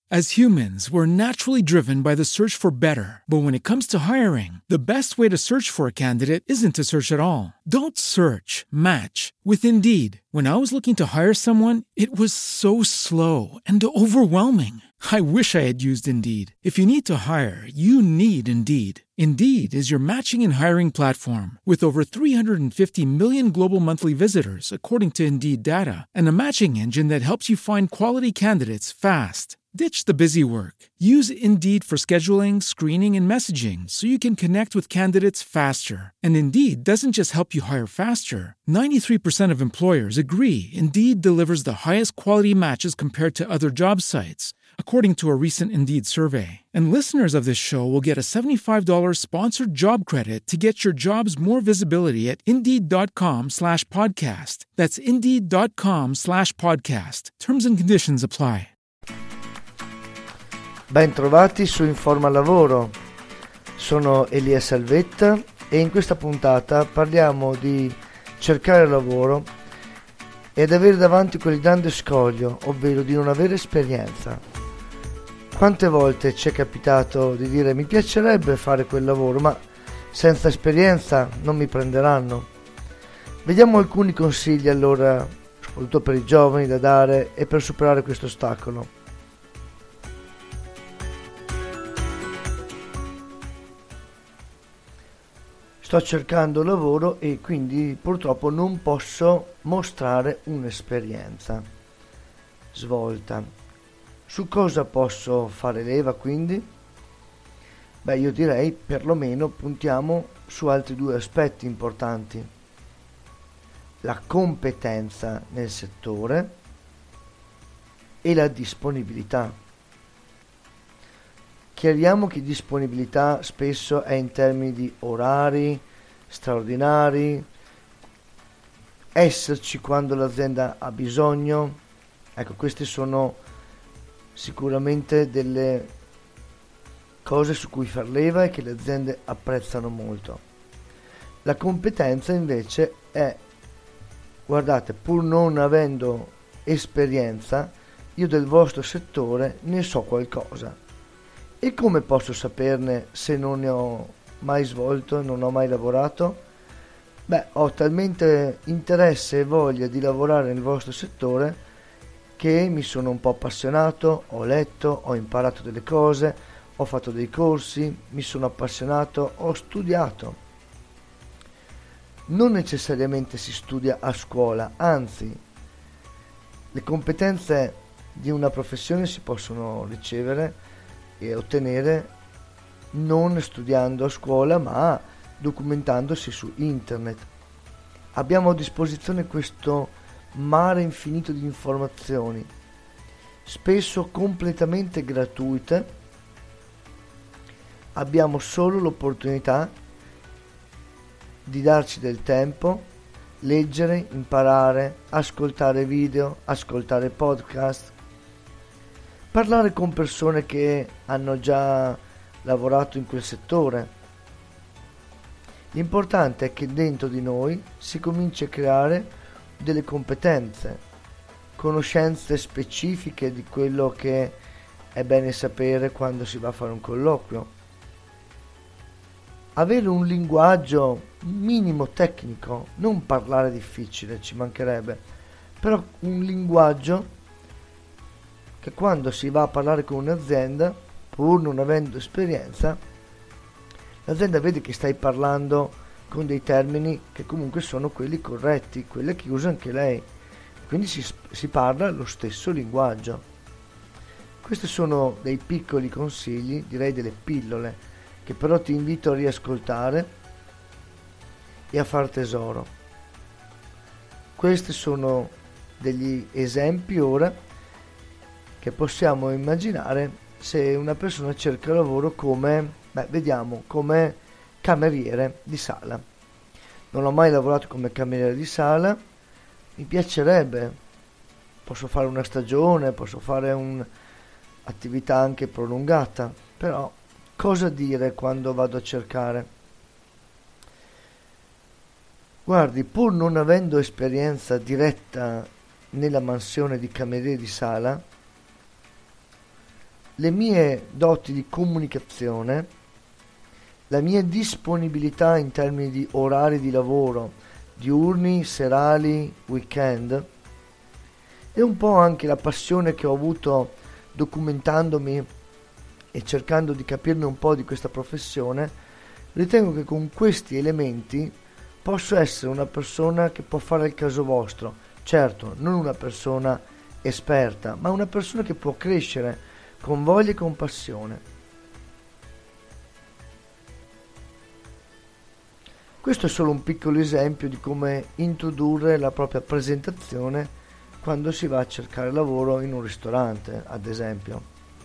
As humans, we're naturally driven by the search for better. But when it comes to hiring, the best way to search for a candidate isn't to search at all. Don't search, match with Indeed. When I was looking to hire someone, it was so slow and overwhelming. I wish I had used Indeed. If you need to hire, you need Indeed. Indeed is your matching and hiring platform with over 350 million global monthly visitors, according to Indeed data, and a matching engine that helps you find quality candidates fast. Ditch the busy work. Use Indeed for scheduling, screening, and messaging so you can connect with candidates faster. And Indeed doesn't just help you hire faster. 93% of employers agree Indeed delivers the highest quality matches compared to other job sites, according to a recent Indeed survey. And listeners of this show will get a $75 sponsored job credit to get your jobs more visibility at Indeed.com/podcast. That's Indeed.com/podcast. Terms and conditions apply. Ben trovati su Informa Lavoro, sono Elia Salvetta e in questa puntata parliamo di cercare lavoro e ad avere davanti quel grande scoglio, ovvero di non avere esperienza. Quante volte ci è capitato di dire mi piacerebbe fare quel lavoro, ma senza esperienza non mi prenderanno? Vediamo alcuni consigli allora, soprattutto per i giovani, da dare e per superare questo ostacolo. Sto cercando lavoro e quindi purtroppo non posso mostrare un'esperienza svolta. Su cosa posso fare leva quindi? Io direi perlomeno puntiamo su altri due aspetti importanti. La competenza nel settore e la disponibilità. Chiariamo che disponibilità spesso è in termini di orari straordinari, esserci quando l'azienda ha bisogno. Ecco, queste sono sicuramente delle cose su cui far leva e che le aziende apprezzano molto. La competenza invece è, guardate, pur non avendo esperienza, io del vostro settore ne so qualcosa. E come posso saperne se non ne ho mai svolto, non ho mai lavorato? Ho talmente interesse e voglia di lavorare nel vostro settore che mi sono un po' appassionato, ho letto, ho imparato delle cose, ho fatto dei corsi, mi sono appassionato, ho studiato. Non necessariamente si studia a scuola, anzi, le competenze di una professione si possono ricevere e ottenere non studiando a scuola ma documentandosi su internet. Abbiamo a disposizione questo mare infinito di informazioni, spesso completamente gratuite. Abbiamo solo l'opportunità di darci del tempo, leggere, imparare, ascoltare video, ascoltare podcast, parlare con persone che hanno già lavorato in quel settore. L'importante è che dentro di noi si cominci a creare delle competenze, conoscenze specifiche di quello che è bene sapere quando si va a fare un colloquio. Avere un linguaggio minimo tecnico, non parlare difficile, ci mancherebbe, però un linguaggio che quando si va a parlare con un'azienda, pur non avendo esperienza, l'azienda vede che stai parlando con dei termini che comunque sono quelli corretti, quelli che usa anche lei, quindi si parla lo stesso linguaggio. Questi sono dei piccoli consigli, direi delle pillole, che però ti invito a riascoltare e a far tesoro. Questi sono degli esempi ora che possiamo immaginare se una persona cerca lavoro come, come cameriere di sala. Non ho mai lavorato come cameriere di sala, mi piacerebbe, posso fare una stagione, posso fare un'attività anche prolungata, però cosa dire quando vado a cercare? Guardi, pur non avendo esperienza diretta nella mansione di cameriere di sala, le mie doti di comunicazione, la mia disponibilità in termini di orari di lavoro, diurni, serali, weekend, e un po' anche la passione che ho avuto documentandomi e cercando di capirne un po' di questa professione, ritengo che con questi elementi posso essere una persona che può fare il caso vostro. Certo, non una persona esperta, ma una persona che può crescere con voglia e con passione. Questo è solo un piccolo esempio di come introdurre la propria presentazione quando si va a cercare lavoro in un ristorante, ad esempio.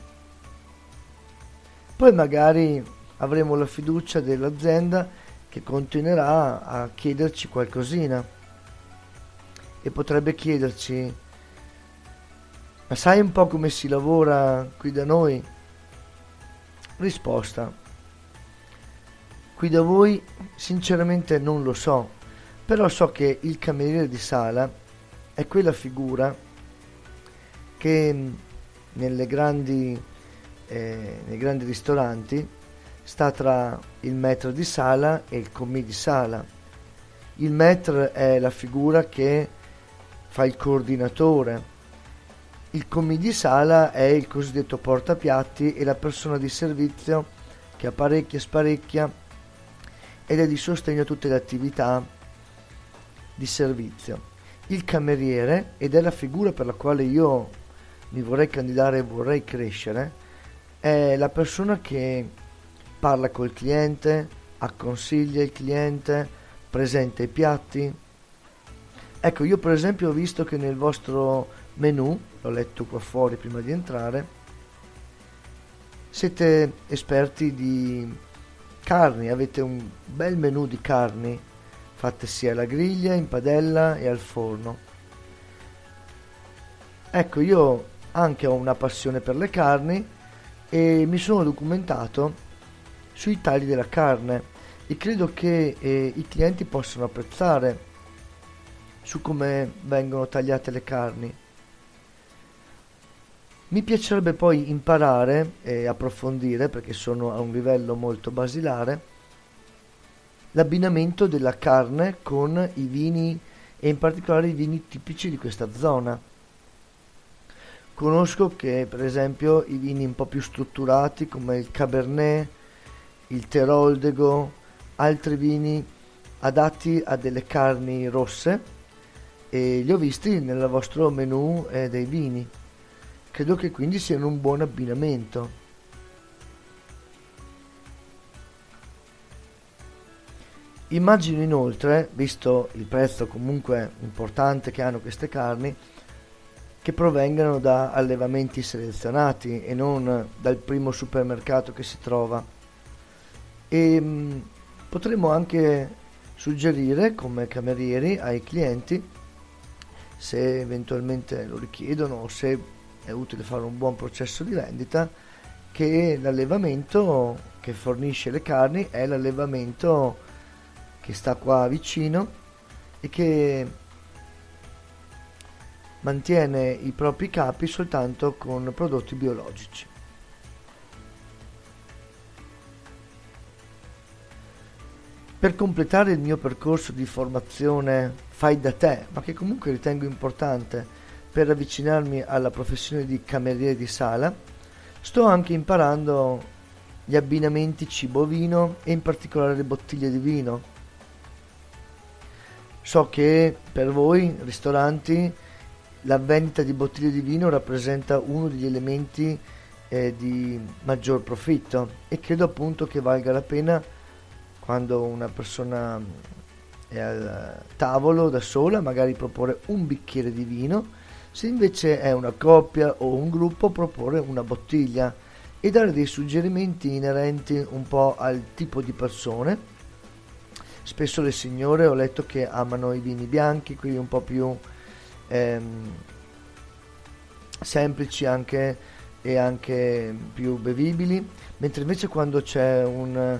Poi magari avremo la fiducia dell'azienda che continuerà a chiederci qualcosina e potrebbe chiederci: ma sai un po' come si lavora qui da noi? Risposta: qui da voi sinceramente non lo so, però so che il cameriere di sala è quella figura che nei grandi ristoranti sta tra il maître di sala e il commis di sala. Il maître è la figura che fa il coordinatore, il commis di sala è il cosiddetto portapiatti e la persona di servizio che apparecchia, sparecchia ed è di sostegno a tutte le attività di servizio. Il cameriere, ed è la figura per la quale io mi vorrei candidare e vorrei crescere, è la persona che parla col cliente, acconsiglia il cliente, presenta i piatti. Ecco, io per esempio ho visto che nel vostro menù, l'ho letto qua fuori prima di entrare, siete esperti di carni, avete un bel menù di carni fatte sia alla griglia, in padella e al forno. Ecco, io anche ho una passione per le carni e mi sono documentato sui tagli della carne e credo che i clienti possano apprezzare su come vengono tagliate le carni. Mi piacerebbe poi imparare e approfondire, perché sono a un livello molto basilare, l'abbinamento della carne con i vini e in particolare i vini tipici di questa zona. Conosco che per esempio i vini un po' più strutturati come il Cabernet, il Teroldego, altri vini adatti a delle carni rosse e li ho visti nel vostro menù dei vini. Credo che quindi siano un buon abbinamento. Immagino inoltre, visto il prezzo comunque importante che hanno queste carni, che provengano da allevamenti selezionati e non dal primo supermercato che si trova. E potremmo anche suggerire come camerieri ai clienti, se eventualmente lo richiedono o se è utile fare un buon processo di vendita, che l'allevamento che fornisce le carni è l'allevamento che sta qua vicino e che mantiene i propri capi soltanto con prodotti biologici. Per completare il mio percorso di formazione fai da te, ma che comunque ritengo importante per avvicinarmi alla professione di cameriere di sala, sto anche imparando gli abbinamenti cibo-vino e in particolare le bottiglie di vino. So che per voi, ristoranti, la vendita di bottiglie di vino rappresenta uno degli elementi di maggior profitto e credo appunto che valga la pena, quando una persona è al tavolo da sola, magari proporre un bicchiere di vino, se invece è una coppia o un gruppo proporre una bottiglia e dare dei suggerimenti inerenti un po' al tipo di persone. Spesso le signore ho letto che amano i vini bianchi, quelli un po' più semplici anche e anche più bevibili, mentre invece quando c'è una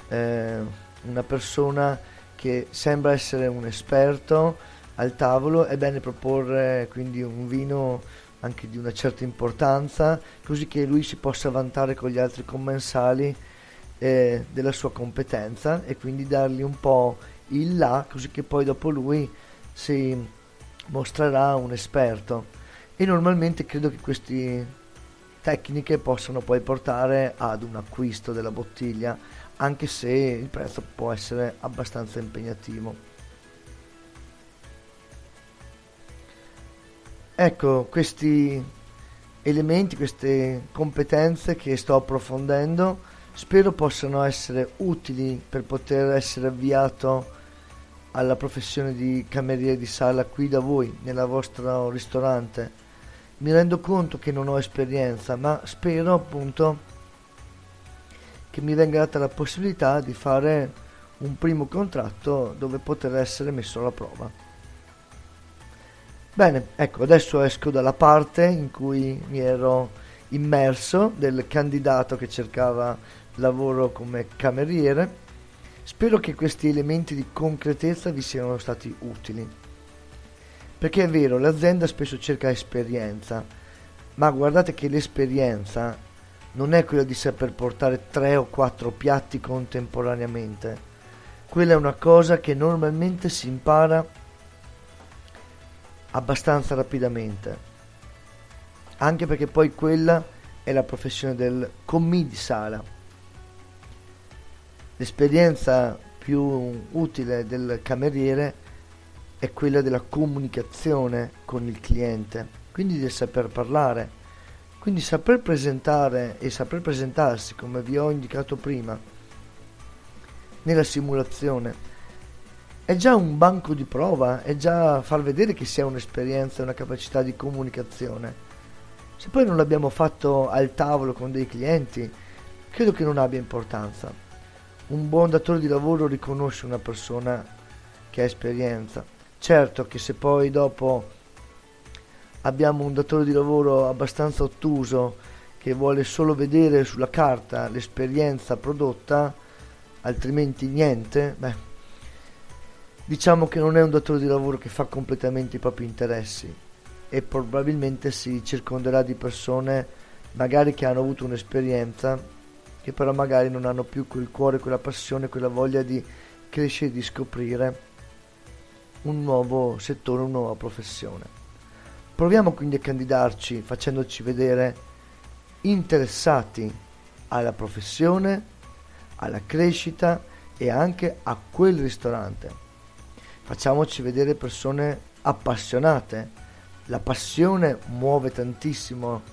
persona che sembra essere un esperto al tavolo è bene proporre quindi un vino anche di una certa importanza, così che lui si possa vantare con gli altri commensali della sua competenza, e quindi dargli un po' il là, così che poi dopo lui si mostrerà un esperto. E normalmente credo che queste tecniche possano poi portare ad un acquisto della bottiglia, anche se il prezzo può essere abbastanza impegnativo. Ecco, questi elementi, queste competenze che sto approfondendo, spero possano essere utili per poter essere avviato alla professione di cameriere di sala qui da voi, nel vostro ristorante. Mi rendo conto che non ho esperienza, ma spero appunto che mi venga data la possibilità di fare un primo contratto dove poter essere messo alla prova. Bene, ecco, adesso esco dalla parte in cui mi ero immerso del candidato che cercava lavoro come cameriere. Spero che questi elementi di concretezza vi siano stati utili, perché è vero, l'azienda spesso cerca esperienza, ma guardate che l'esperienza non è quella di saper portare 3 o 4 piatti contemporaneamente. Quella è una cosa che normalmente si impara abbastanza rapidamente, anche perché poi quella è la professione del commì di sala. L'esperienza più utile del cameriere è quella della comunicazione con il cliente, quindi del saper parlare, quindi saper presentare e saper presentarsi, come vi ho indicato prima, nella simulazione. È già un banco di prova, è già far vedere che si ha un'esperienza e una capacità di comunicazione. Se poi non l'abbiamo fatto al tavolo con dei clienti, credo che non abbia importanza. Un buon datore di lavoro riconosce una persona che ha esperienza. Certo che se poi dopo abbiamo un datore di lavoro abbastanza ottuso che vuole solo vedere sulla carta l'esperienza prodotta, altrimenti niente, diciamo che non è un datore di lavoro che fa completamente i propri interessi, e probabilmente si circonderà di persone magari che hanno avuto un'esperienza, che però magari non hanno più quel cuore, quella passione, quella voglia di crescere, di scoprire un nuovo settore, una nuova professione. Proviamo quindi a candidarci facendoci vedere interessati alla professione, alla crescita e anche a quel ristorante. Facciamoci vedere persone appassionate. La passione muove tantissimo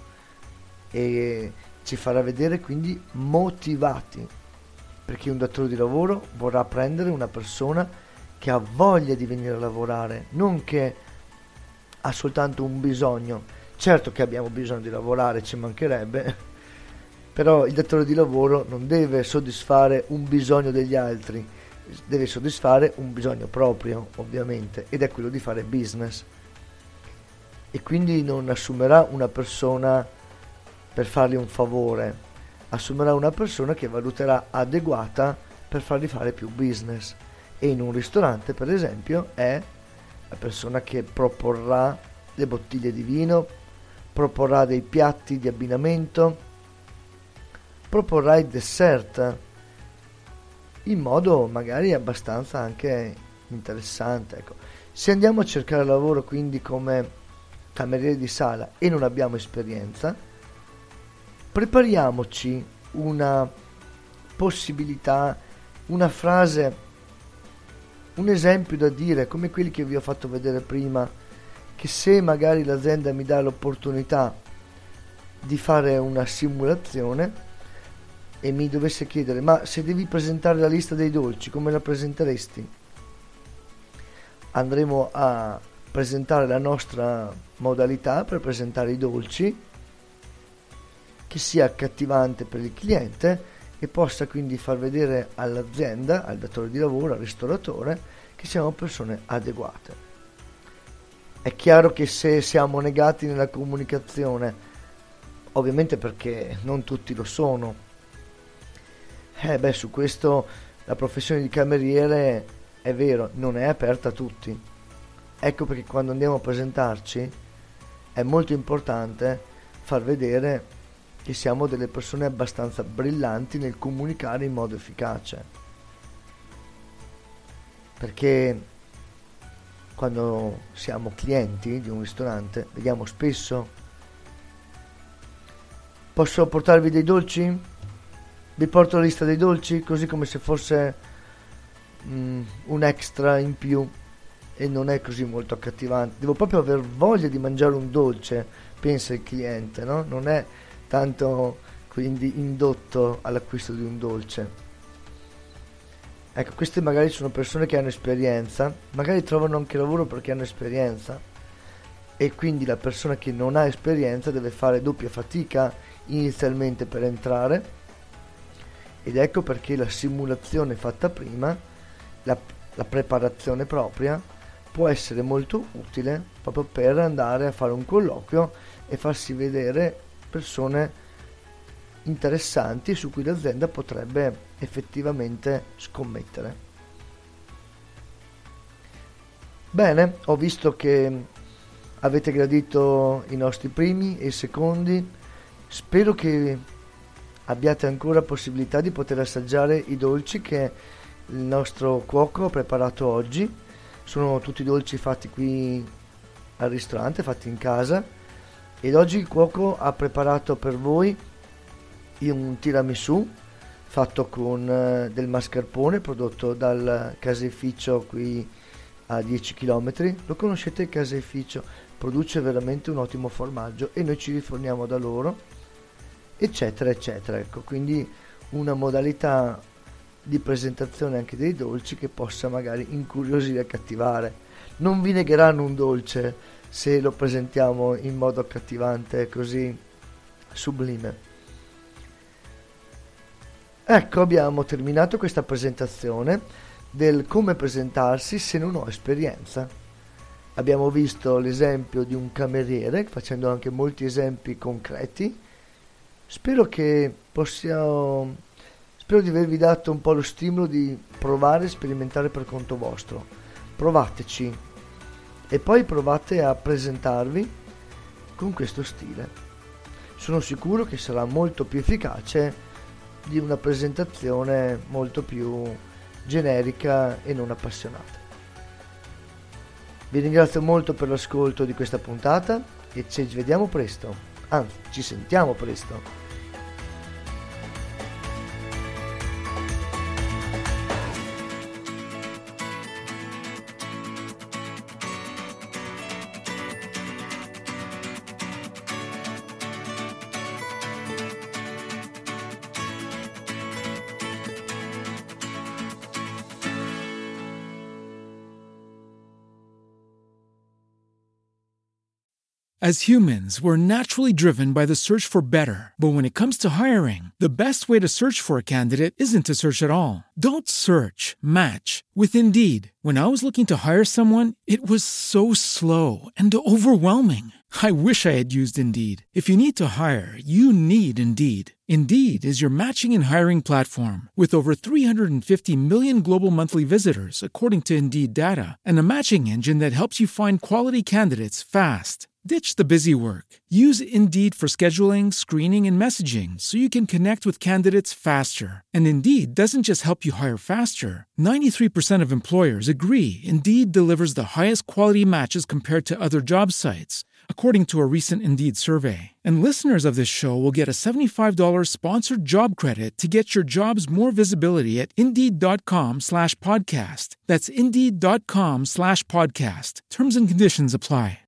e ci farà vedere quindi motivati, perché un datore di lavoro vorrà prendere una persona che ha voglia di venire a lavorare, non che ha soltanto un bisogno. Certo che abbiamo bisogno di lavorare, ci mancherebbe, però il datore di lavoro non deve soddisfare un bisogno degli altri, deve soddisfare un bisogno proprio, ovviamente, ed è quello di fare business. E quindi non assumerà una persona per fargli un favore, assumerà una persona che valuterà adeguata per fargli fare più business. E in un ristorante, per esempio, è la persona che proporrà le bottiglie di vino, proporrà dei piatti di abbinamento, proporrà il dessert in modo magari abbastanza anche interessante. Ecco. Se andiamo a cercare lavoro quindi come cameriere di sala e non abbiamo esperienza, prepariamoci una possibilità, una frase, un esempio da dire, come quelli che vi ho fatto vedere prima, che se magari l'azienda mi dà l'opportunità di fare una simulazione e mi dovesse chiedere: ma se devi presentare la lista dei dolci, come la presenteresti? Andremo a presentare la nostra modalità per presentare i dolci, che sia accattivante per il cliente e possa quindi far vedere all'azienda, al datore di lavoro, al ristoratore, che siamo persone adeguate. È chiaro che se siamo negati nella comunicazione, ovviamente perché non tutti lo sono, su questo la professione di cameriere, è vero, non è aperta a tutti. Ecco perché quando andiamo a presentarci è molto importante far vedere che siamo delle persone abbastanza brillanti nel comunicare in modo efficace, perché quando siamo clienti di un ristorante vediamo spesso: posso portarvi dei dolci? Vi porto la lista dei dolci, così come se fosse un extra in più, e non è così molto accattivante. Devo proprio aver voglia di mangiare un dolce, pensa il cliente, no? Non è tanto quindi indotto all'acquisto di un dolce. Ecco, queste magari sono persone che hanno esperienza, magari trovano anche lavoro perché hanno esperienza, e quindi la persona che non ha esperienza deve fare doppia fatica inizialmente per entrare, ed ecco perché la simulazione fatta prima, la preparazione propria, può essere molto utile proprio per andare a fare un colloquio e farsi vedere persone interessanti su cui l'azienda potrebbe effettivamente scommettere. Bene, ho visto che avete gradito i nostri primi e secondi, spero che abbiate ancora possibilità di poter assaggiare i dolci che il nostro cuoco ha preparato oggi. Sono tutti dolci fatti qui al ristorante, fatti in casa, ed oggi il cuoco ha preparato per voi un tiramisù fatto con del mascarpone prodotto dal caseificio qui a 10 km. Lo conoscete il caseificio? Produce veramente un ottimo formaggio e noi ci riforniamo da loro, eccetera eccetera. Ecco, quindi una modalità di presentazione anche dei dolci che possa magari incuriosire e accattivare. Non vi negheranno un dolce se lo presentiamo in modo accattivante e così sublime. Ecco, abbiamo terminato questa presentazione del come presentarsi se non ho esperienza. Abbiamo visto l'esempio di un cameriere, facendo anche molti esempi concreti. Spero di avervi dato un po' lo stimolo di provare e sperimentare per conto vostro. Provateci e poi provate a presentarvi con questo stile. Sono sicuro che sarà molto più efficace di una presentazione molto più generica e non appassionata. Vi ringrazio molto per l'ascolto di questa puntata e ci vediamo presto, anzi ci sentiamo presto. As humans, we're naturally driven by the search for better. But when it comes to hiring, the best way to search for a candidate isn't to search at all. Don't search, match with Indeed. When I was looking to hire someone, it was so slow and overwhelming. I wish I had used Indeed. If you need to hire, you need Indeed. Indeed is your matching and hiring platform with over 350 million global monthly visitors, according to Indeed data, and a matching engine that helps you find quality candidates fast. Ditch the busy work. Use Indeed for scheduling, screening, and messaging so you can connect with candidates faster. And Indeed doesn't just help you hire faster. 93% of employers agree Indeed delivers the highest quality matches compared to other job sites, according to a recent Indeed survey. And listeners of this show will get a $75 sponsored job credit to get your jobs more visibility at Indeed.com/podcast. That's Indeed.com/podcast. Terms and conditions apply.